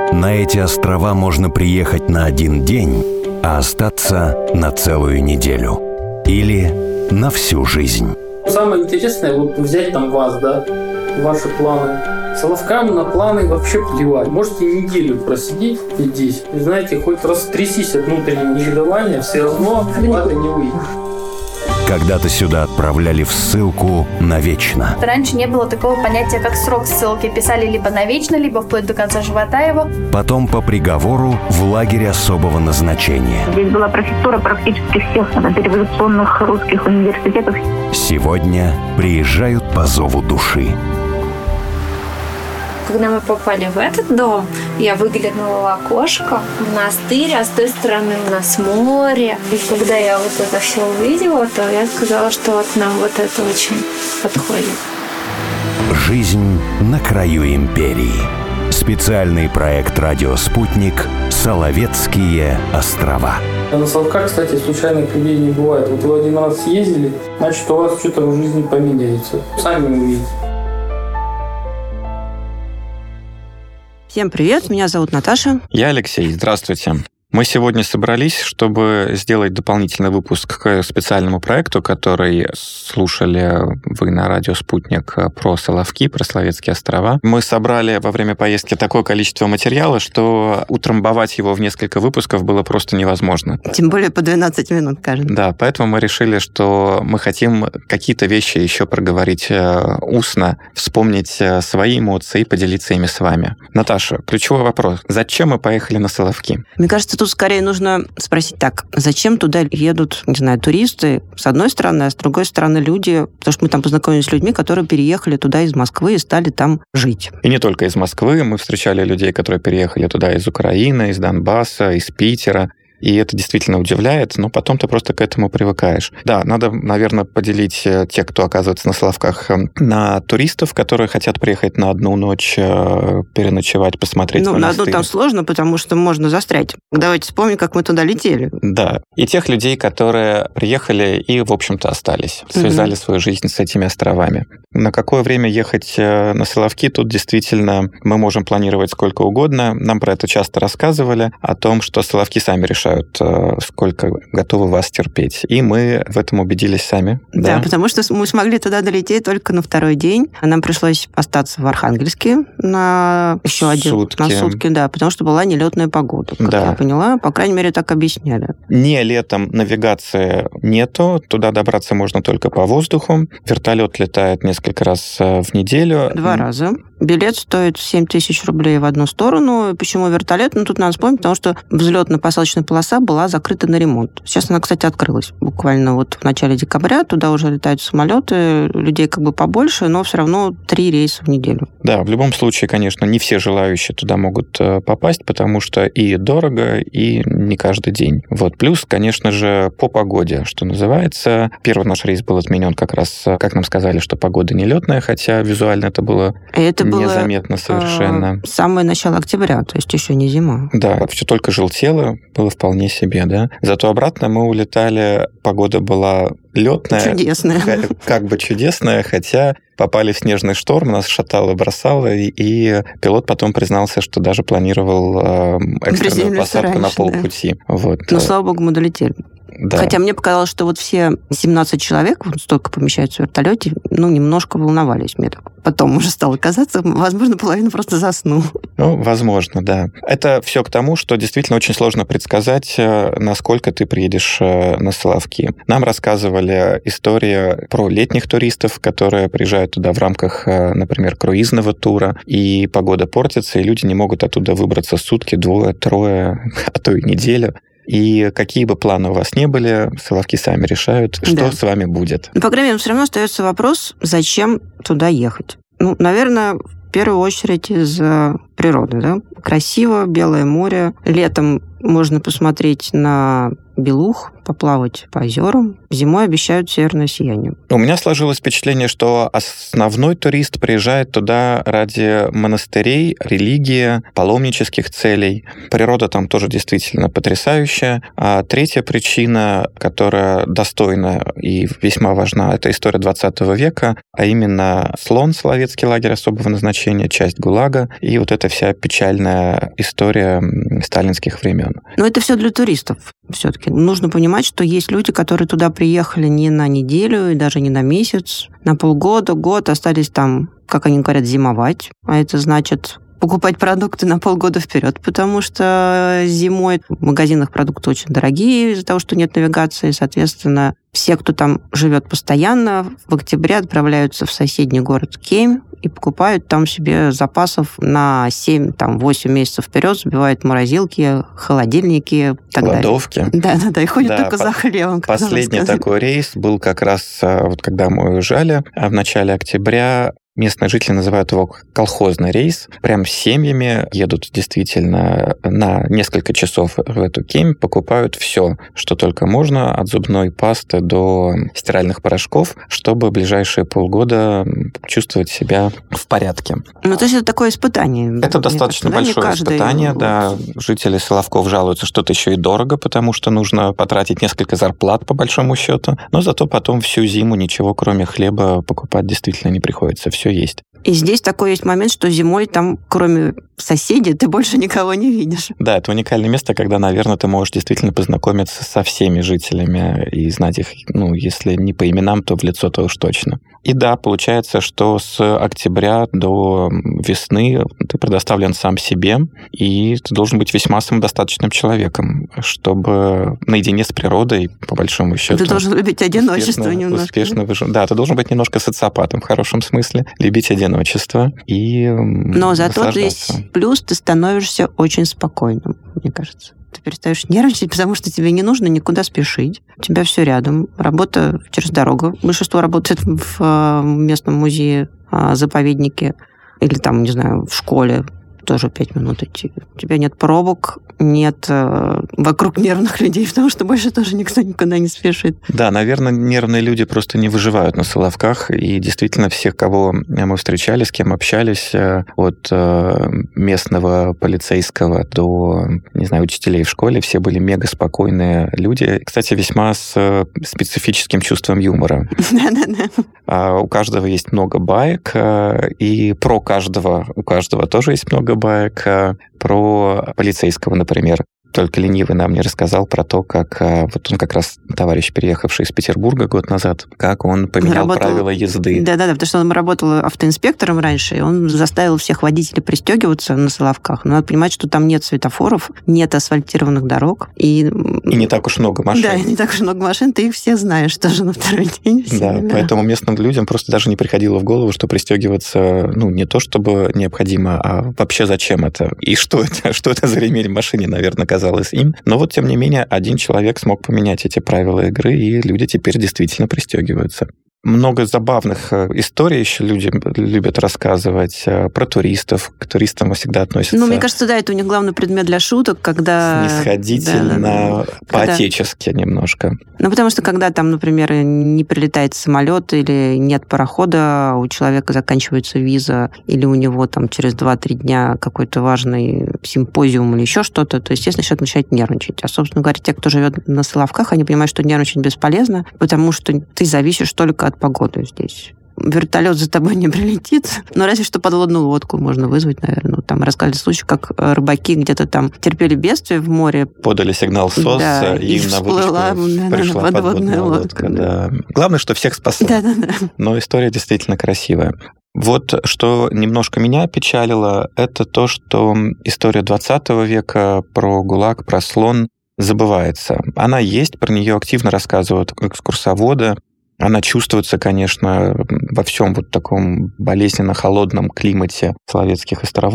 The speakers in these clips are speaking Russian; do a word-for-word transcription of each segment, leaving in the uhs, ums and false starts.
На эти острова можно приехать на один день, а остаться на целую неделю. Или на всю жизнь. Самое интересное, вот взять там вас, да, ваши планы. Соловкам на планы вообще плевать. Можете неделю просидеть здесь. И знаете, хоть растрясись от внутреннего негодования, все равно платы не выйдет. Когда-то сюда отправляли в ссылку навечно. Раньше не было такого понятия, как срок ссылки. Писали либо навечно, либо вплоть до конца живота его. Потом по приговору в лагерь особого назначения. Здесь была профессура практически всех дореволюционных русских университетов. Сегодня приезжают по зову души. Когда мы попали в этот дом, я выглянула в окошко, монастырь, а с той стороны у нас море. И когда я вот это все увидела, то я сказала, что вот нам вот это очень подходит. Жизнь на краю империи. Специальный проект «Радио Спутник. Соловецкие острова». А на Соловках, кстати, случайных людей не бывает. Вот вы один раз съездили, значит, у вас что-то в жизни поменяется. Сами увидите. Всем привет, меня зовут Наташа. Я Алексей, здравствуйте. Мы сегодня собрались, чтобы сделать дополнительный выпуск к специальному проекту, который слушали вы на радио «Спутник» про Соловки, про Соловецкие острова. Мы собрали во время поездки такое количество материала, что утрамбовать его в несколько выпусков было просто невозможно. Тем более по двенадцать минут каждый. Да, поэтому мы решили, что мы хотим какие-то вещи еще проговорить устно, вспомнить свои эмоции и поделиться ими с вами. Наташа, ключевой вопрос. Зачем мы поехали на Соловки? Мне кажется, тут скорее нужно спросить так, зачем туда едут, не знаю, туристы, с одной стороны, а с другой стороны люди, потому что мы там познакомились с людьми, которые переехали туда из Москвы и стали там жить. И не только из Москвы, мы встречали людей, которые переехали туда из Украины, из Донбасса, из Питера. И это действительно удивляет, но потом ты просто к этому привыкаешь. Да, надо, наверное, поделить тех, кто оказывается на Соловках, на туристов, которые хотят приехать на одну ночь, переночевать, посмотреть Ну, монастырь. на одну там сложно, потому что можно застрять. Давайте вспомним, как мы туда летели. Да. И тех людей, которые приехали и, в общем-то, остались, связали mm-hmm. свою жизнь с этими островами. На какое время ехать на Соловки, тут действительно мы можем планировать сколько угодно. Нам про это часто рассказывали, о том, что Соловки сами решают, сколько готовы вас терпеть. И мы в этом убедились сами. Да, да, потому что мы смогли туда долететь только на второй день. Нам пришлось остаться в Архангельске на еще один сутки. на сутки, да, потому что была нелетная погода, как да. я поняла. По крайней мере, так объясняли. Не летом навигации нету. Туда добраться можно только по воздуху. Вертолет летает несколько раз в неделю. Два раза. Билет стоит семь тысяч рублей в одну сторону. Почему вертолет? Ну, тут надо вспомнить, потому что взлетно-посадочная полоса была закрыта на ремонт. Сейчас она, кстати, открылась. Буквально вот в начале декабря туда уже летают самолеты, людей как бы побольше, но все равно три рейса в неделю. Да, в любом случае, конечно, не все желающие туда могут попасть, потому что и дорого, и не каждый день. Вот. Плюс, конечно же, по погоде, что называется. Первый наш рейс был отменен как раз, как нам сказали, что погода нелетная, хотя визуально это было это незаметно совершенно. Э, самое начало октября, то есть еще не зима. Да, все только желтело, было вполне себе, да. Зато обратно мы улетали, погода была летная. Чудесная. Как, как бы чудесная, хотя попали в снежный шторм, нас шатало, бросало, и, и пилот потом признался, что даже планировал э, экстренную посадку раньше, на полпути. Да. Вот. Но, слава богу, мы долетели. Да. Хотя мне показалось, что вот все семнадцать человек, вот столько помещаются в вертолете, ну, немножко волновались. Мне так потом уже стало казаться, возможно, половина просто заснула. Ну, возможно, да. Это все к тому, что действительно очень сложно предсказать, насколько ты приедешь на Соловки. Нам рассказывали истории про летних туристов, которые приезжают туда в рамках, например, круизного тура, и погода портится, и люди не могут оттуда выбраться сутки, двое, трое, а то и неделю. И какие бы планы у вас не были, Соловки сами решают, что да. с вами будет. Но, по крайней мере, все равно остается вопрос, зачем туда ехать. Ну, наверное, в первую очередь из-за природы, да? Красиво, белое море. Летом можно посмотреть на белух, поплавать по озерам. Зимой обещают северное сияние. У меня сложилось впечатление, что основной турист приезжает туда ради монастырей, религии, паломнических целей. Природа там тоже действительно потрясающая. А третья причина, которая достойна и весьма важна, это история двадцатого века, а именно Слон, Соловецкий лагерь особого назначения, часть ГУЛАГа и вот эта вся печальная история сталинских времен. Но это все для туристов все-таки. Нужно понимать, что есть люди, которые туда приехали не на неделю и даже не на месяц, на полгода, год, остались там, как они говорят, зимовать. А это значит покупать продукты на полгода вперед, потому что зимой в магазинах продукты очень дорогие из-за того, что нет навигации. Соответственно, все, кто там живет постоянно, в октябре отправляются в соседний город Кемь и покупают там себе запасов на семь-восемь месяцев вперед, забивают морозилки, холодильники, так кладовки. Да-да-да, и ходят да, только по- за хлебом. Последний такой рейс был как раз, вот когда мы уезжали в начале октября. Местные жители называют его колхозный рейс. Прям с семьями едут действительно на несколько часов в эту Кемь, покупают все, что только можно, от зубной пасты до стиральных порошков, чтобы в ближайшие полгода чувствовать себя в порядке. Ну, то есть это такое испытание. Это достаточно большое испытание, год. Да. Жители Соловков жалуются, что это еще и дорого, потому что нужно потратить несколько зарплат, по большому счету, но зато потом всю зиму ничего, кроме хлеба, покупать действительно не приходится. Все есть. И здесь такой есть момент, что зимой там, кроме соседей, ты больше никого не видишь. Да, это уникальное место, когда, наверное, ты можешь действительно познакомиться со всеми жителями и знать их, ну, если не по именам, то в лицо, то уж точно. И да, получается, что с октября до весны ты предоставлен сам себе, и ты должен быть весьма самодостаточным человеком, чтобы наедине с природой, по большому счету... Ты должен любить одиночество успешно, немножко. Успешно выж... Да, ты должен быть немножко социопатом в хорошем смысле, любить одиночество и Но зато здесь плюс ты становишься очень спокойным, мне кажется. Ты перестаешь нервничать, потому что тебе не нужно никуда спешить. У тебя все рядом. Работа через дорогу. Большинство работает в местном музее, заповеднике или там, не знаю, в школе. Тоже пять минут идти. У тебя нет пробок, нет э, вокруг нервных людей, потому что больше тоже никто никуда не спешит. Да, наверное, нервные люди просто не выживают на Соловках, и действительно всех, кого мы встречали, с кем общались, от э, местного полицейского до, не знаю, учителей в школе, все были мега спокойные люди. Кстати, весьма с специфическим чувством юмора. Да-да-да. У каждого есть много баек, и про каждого, у каждого тоже есть много баек. Про полицейского, например. Только ленивый нам не рассказал про то, как вот он как раз, товарищ, переехавший из Петербурга год назад, как он поменял работал... правила езды. Да-да-да, потому что он работал автоинспектором раньше, и он заставил всех водителей пристегиваться на Соловках. Но надо понимать, что там нет светофоров, нет асфальтированных дорог. И, и не так уж много машин. Да, и не так уж много машин, ты их все знаешь тоже на второй день. Все, да, да, поэтому местным людям просто даже не приходило в голову, что пристегиваться, ну, не то чтобы необходимо, а вообще зачем это? И что это? Что это за ремень в машине, наверное, казалось им. Но вот, тем не менее, один человек смог поменять эти правила игры, и люди теперь действительно пристегиваются. Много забавных историй еще люди любят рассказывать про туристов. К туристам всегда относятся... Ну, мне кажется, да, это у них главный предмет для шуток, когда... Снисходительно, да, да, да. по-отечески когда... немножко. Ну, потому что когда там, например, не прилетает самолет или нет парохода, у человека заканчивается виза, или у него там через два-три дня какой-то важный симпозиум или еще что-то, то, естественно, человек начинает нервничать. А, собственно говоря, те, кто живет на Соловках, они понимают, что нервничать бесполезно, потому что ты зависишь только от погоды здесь. Вертолет за тобой не прилетит, но разве что подводную лодку можно вызвать, наверное. Там рассказали случай, как рыбаки где-то там терпели бедствие в море. Подали сигнал СОС, да, и, и на выручку да, пришла подводная, подводная лодка. лодка да. Да. Главное, что всех спасло. Да, да, да. Но история действительно красивая. Вот что немножко меня печалило, это то, что история двадцатого века про ГУЛАГ, про Слон забывается. Она есть, про нее активно рассказывают экскурсоводы. Она чувствуется, конечно, во всем вот таком болезненно-холодном климате Соловецких островов.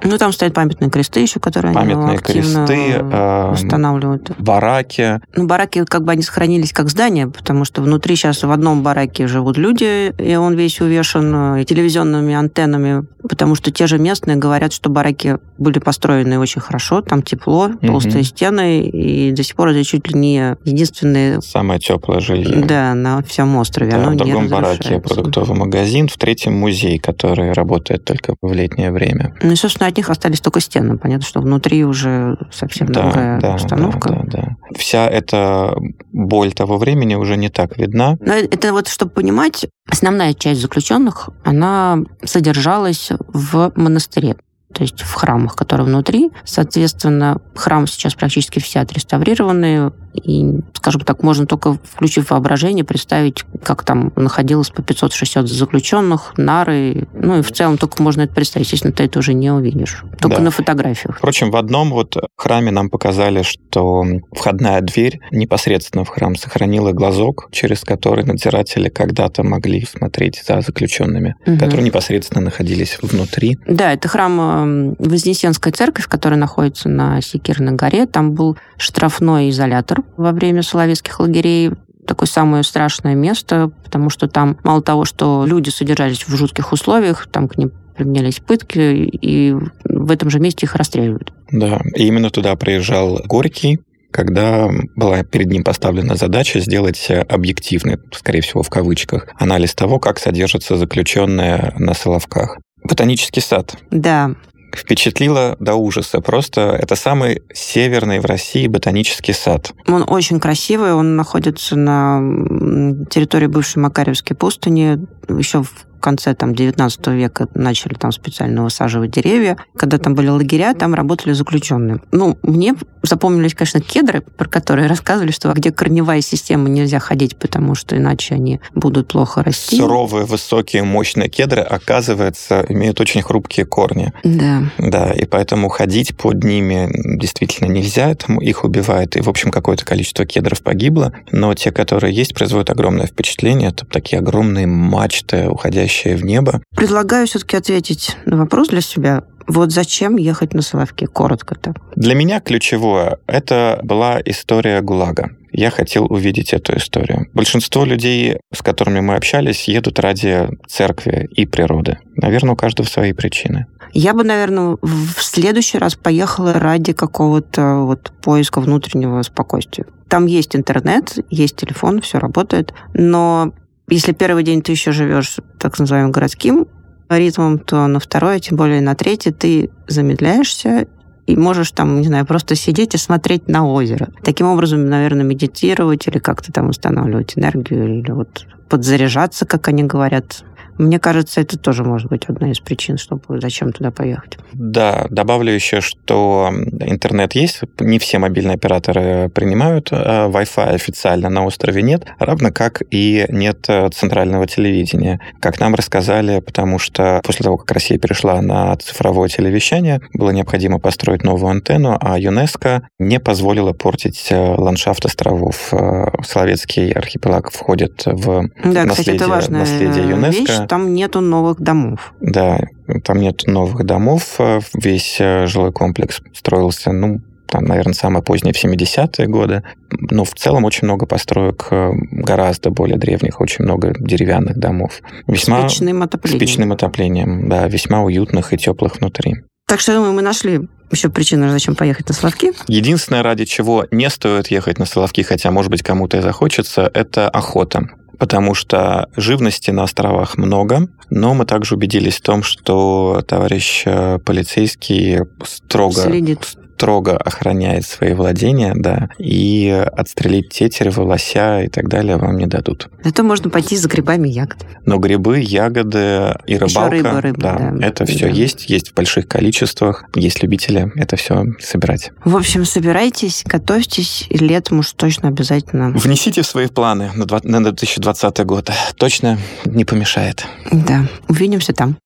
Ну, там стоят памятные кресты еще, которые Памятные они активно кресты, устанавливают. Бараки. Ну, бараки, как бы они сохранились как здание, потому что внутри сейчас в одном бараке живут люди, и он весь увешан телевизионными антеннами, потому что те же местные говорят, что бараки были построены очень хорошо, там тепло, толстые угу. стены, и до сих пор это чуть ли не единственные... Самое теплое жилье. Да, на всем острове. Да, оно в другом не бараке продуктовый магазин, в третьем музей, который работает только в летнее время. Ну и, собственно, от них остались только стены. Понятно, что внутри уже совсем да, другая да, обстановка. Да, да, да. Вся эта боль того времени уже не так видна. Но это вот, чтобы понимать, основная часть заключенных, она содержалась в монастыре. То есть в храмах, которые внутри. Соответственно, храмы сейчас практически все отреставрированы. И, скажем так, можно только, включив воображение, представить, как там находилось по пятьсот-шестьсот заключенных, нары. Ну и в целом только можно это представить. Естественно, ты это уже не увидишь. Только да. на фотографиях. Впрочем, в одном вот храме нам показали, что входная дверь непосредственно в храм сохранила глазок, через который надзиратели когда-то могли смотреть за заключенными, угу. которые непосредственно находились внутри. Да, это храм Вознесенская церковь, которая находится на Секирной горе. Там был штрафной изолятор во время соловецких лагерей. Такое самое страшное место, потому что там мало того, что люди содержались в жутких условиях, там к ним применялись пытки, и в этом же месте их расстреливают. Да, и именно туда приезжал Горький, когда была перед ним поставлена задача сделать объективный, скорее всего, в кавычках, анализ того, как содержатся заключенные на Соловках. Ботанический сад. Да. Впечатлило до ужаса. Просто это самый северный в России ботанический сад. Он очень красивый. Он находится на территории бывшей Макарьевской пустыни. Еще в конце там, девятнадцатого века начали там специально высаживать деревья. Когда там были лагеря, там работали заключенные. Ну, мне запомнились, конечно, кедры, про которые рассказывали, что где корневая система, нельзя ходить, потому что иначе они будут плохо расти. Суровые, высокие, мощные кедры, оказывается, имеют очень хрупкие корни. Да. Да, и поэтому ходить под ними действительно нельзя, это их убивает. И, в общем, какое-то количество кедров погибло, но те, которые есть, производят огромное впечатление. Это такие огромные мачты, уходящие в небо. Предлагаю все-таки ответить на вопрос для себя. Вот зачем ехать на Соловки? Коротко так. Для меня ключевое – это была история ГУЛАГа. Я хотел увидеть эту историю. Большинство людей, с которыми мы общались, едут ради церкви и природы. Наверное, у каждого свои причины. Я бы, наверное, в следующий раз поехала ради какого-то вот поиска внутреннего спокойствия. Там есть интернет, есть телефон, все работает, но если первый день ты еще живешь так называемым городским ритмом, то на второй, а тем более на третий, ты замедляешься и можешь там, не знаю, просто сидеть и смотреть на озеро. Таким образом, наверное, медитировать или как-то там устанавливать энергию, или вот подзаряжаться, как они говорят. Мне кажется, это тоже может быть одна из причин, чтобы зачем туда поехать. Да, добавлю еще, что интернет есть, не все мобильные операторы принимают, Wi-Fi официально на острове нет, равно как и нет центрального телевидения. Как нам рассказали, потому что после того, как Россия перешла на цифровое телевещание, было необходимо построить новую антенну, а ЮНЕСКО не позволило портить ландшафт островов. Соловецкий архипелаг входит в да, наследие, кстати, это важная наследие ЮНЕСКО. Вещь. Там нету новых домов. Да, там нет новых домов. Весь жилой комплекс строился, ну, там, наверное, самое позднее в семидесятые годы. Но в целом очень много построек гораздо более древних, очень много деревянных домов. Весьма... С печным отоплением. С печным отоплением, да, весьма уютных и теплых внутри. Так что, я думаю, мы нашли еще причину, зачем поехать на Соловки. Единственное, ради чего не стоит ехать на Соловки, хотя, может быть, кому-то и захочется, это охота. Потому что живности на островах много, но мы также убедились в том, что товарищ полицейский строго... Следит. строго охраняет свои владения, да, и отстрелить тетерева, лося и так далее вам не дадут. Зато можно пойти за грибами и ягодами. Но грибы, ягоды и рыбалка, Еще рыба, рыба, да, да, это все да. есть, есть в больших количествах, есть любители это все собирать. В общем, собирайтесь, готовьтесь, и летом уж точно обязательно. Внесите в свои планы на две тысячи двадцатый год, точно не помешает. Да, увидимся там.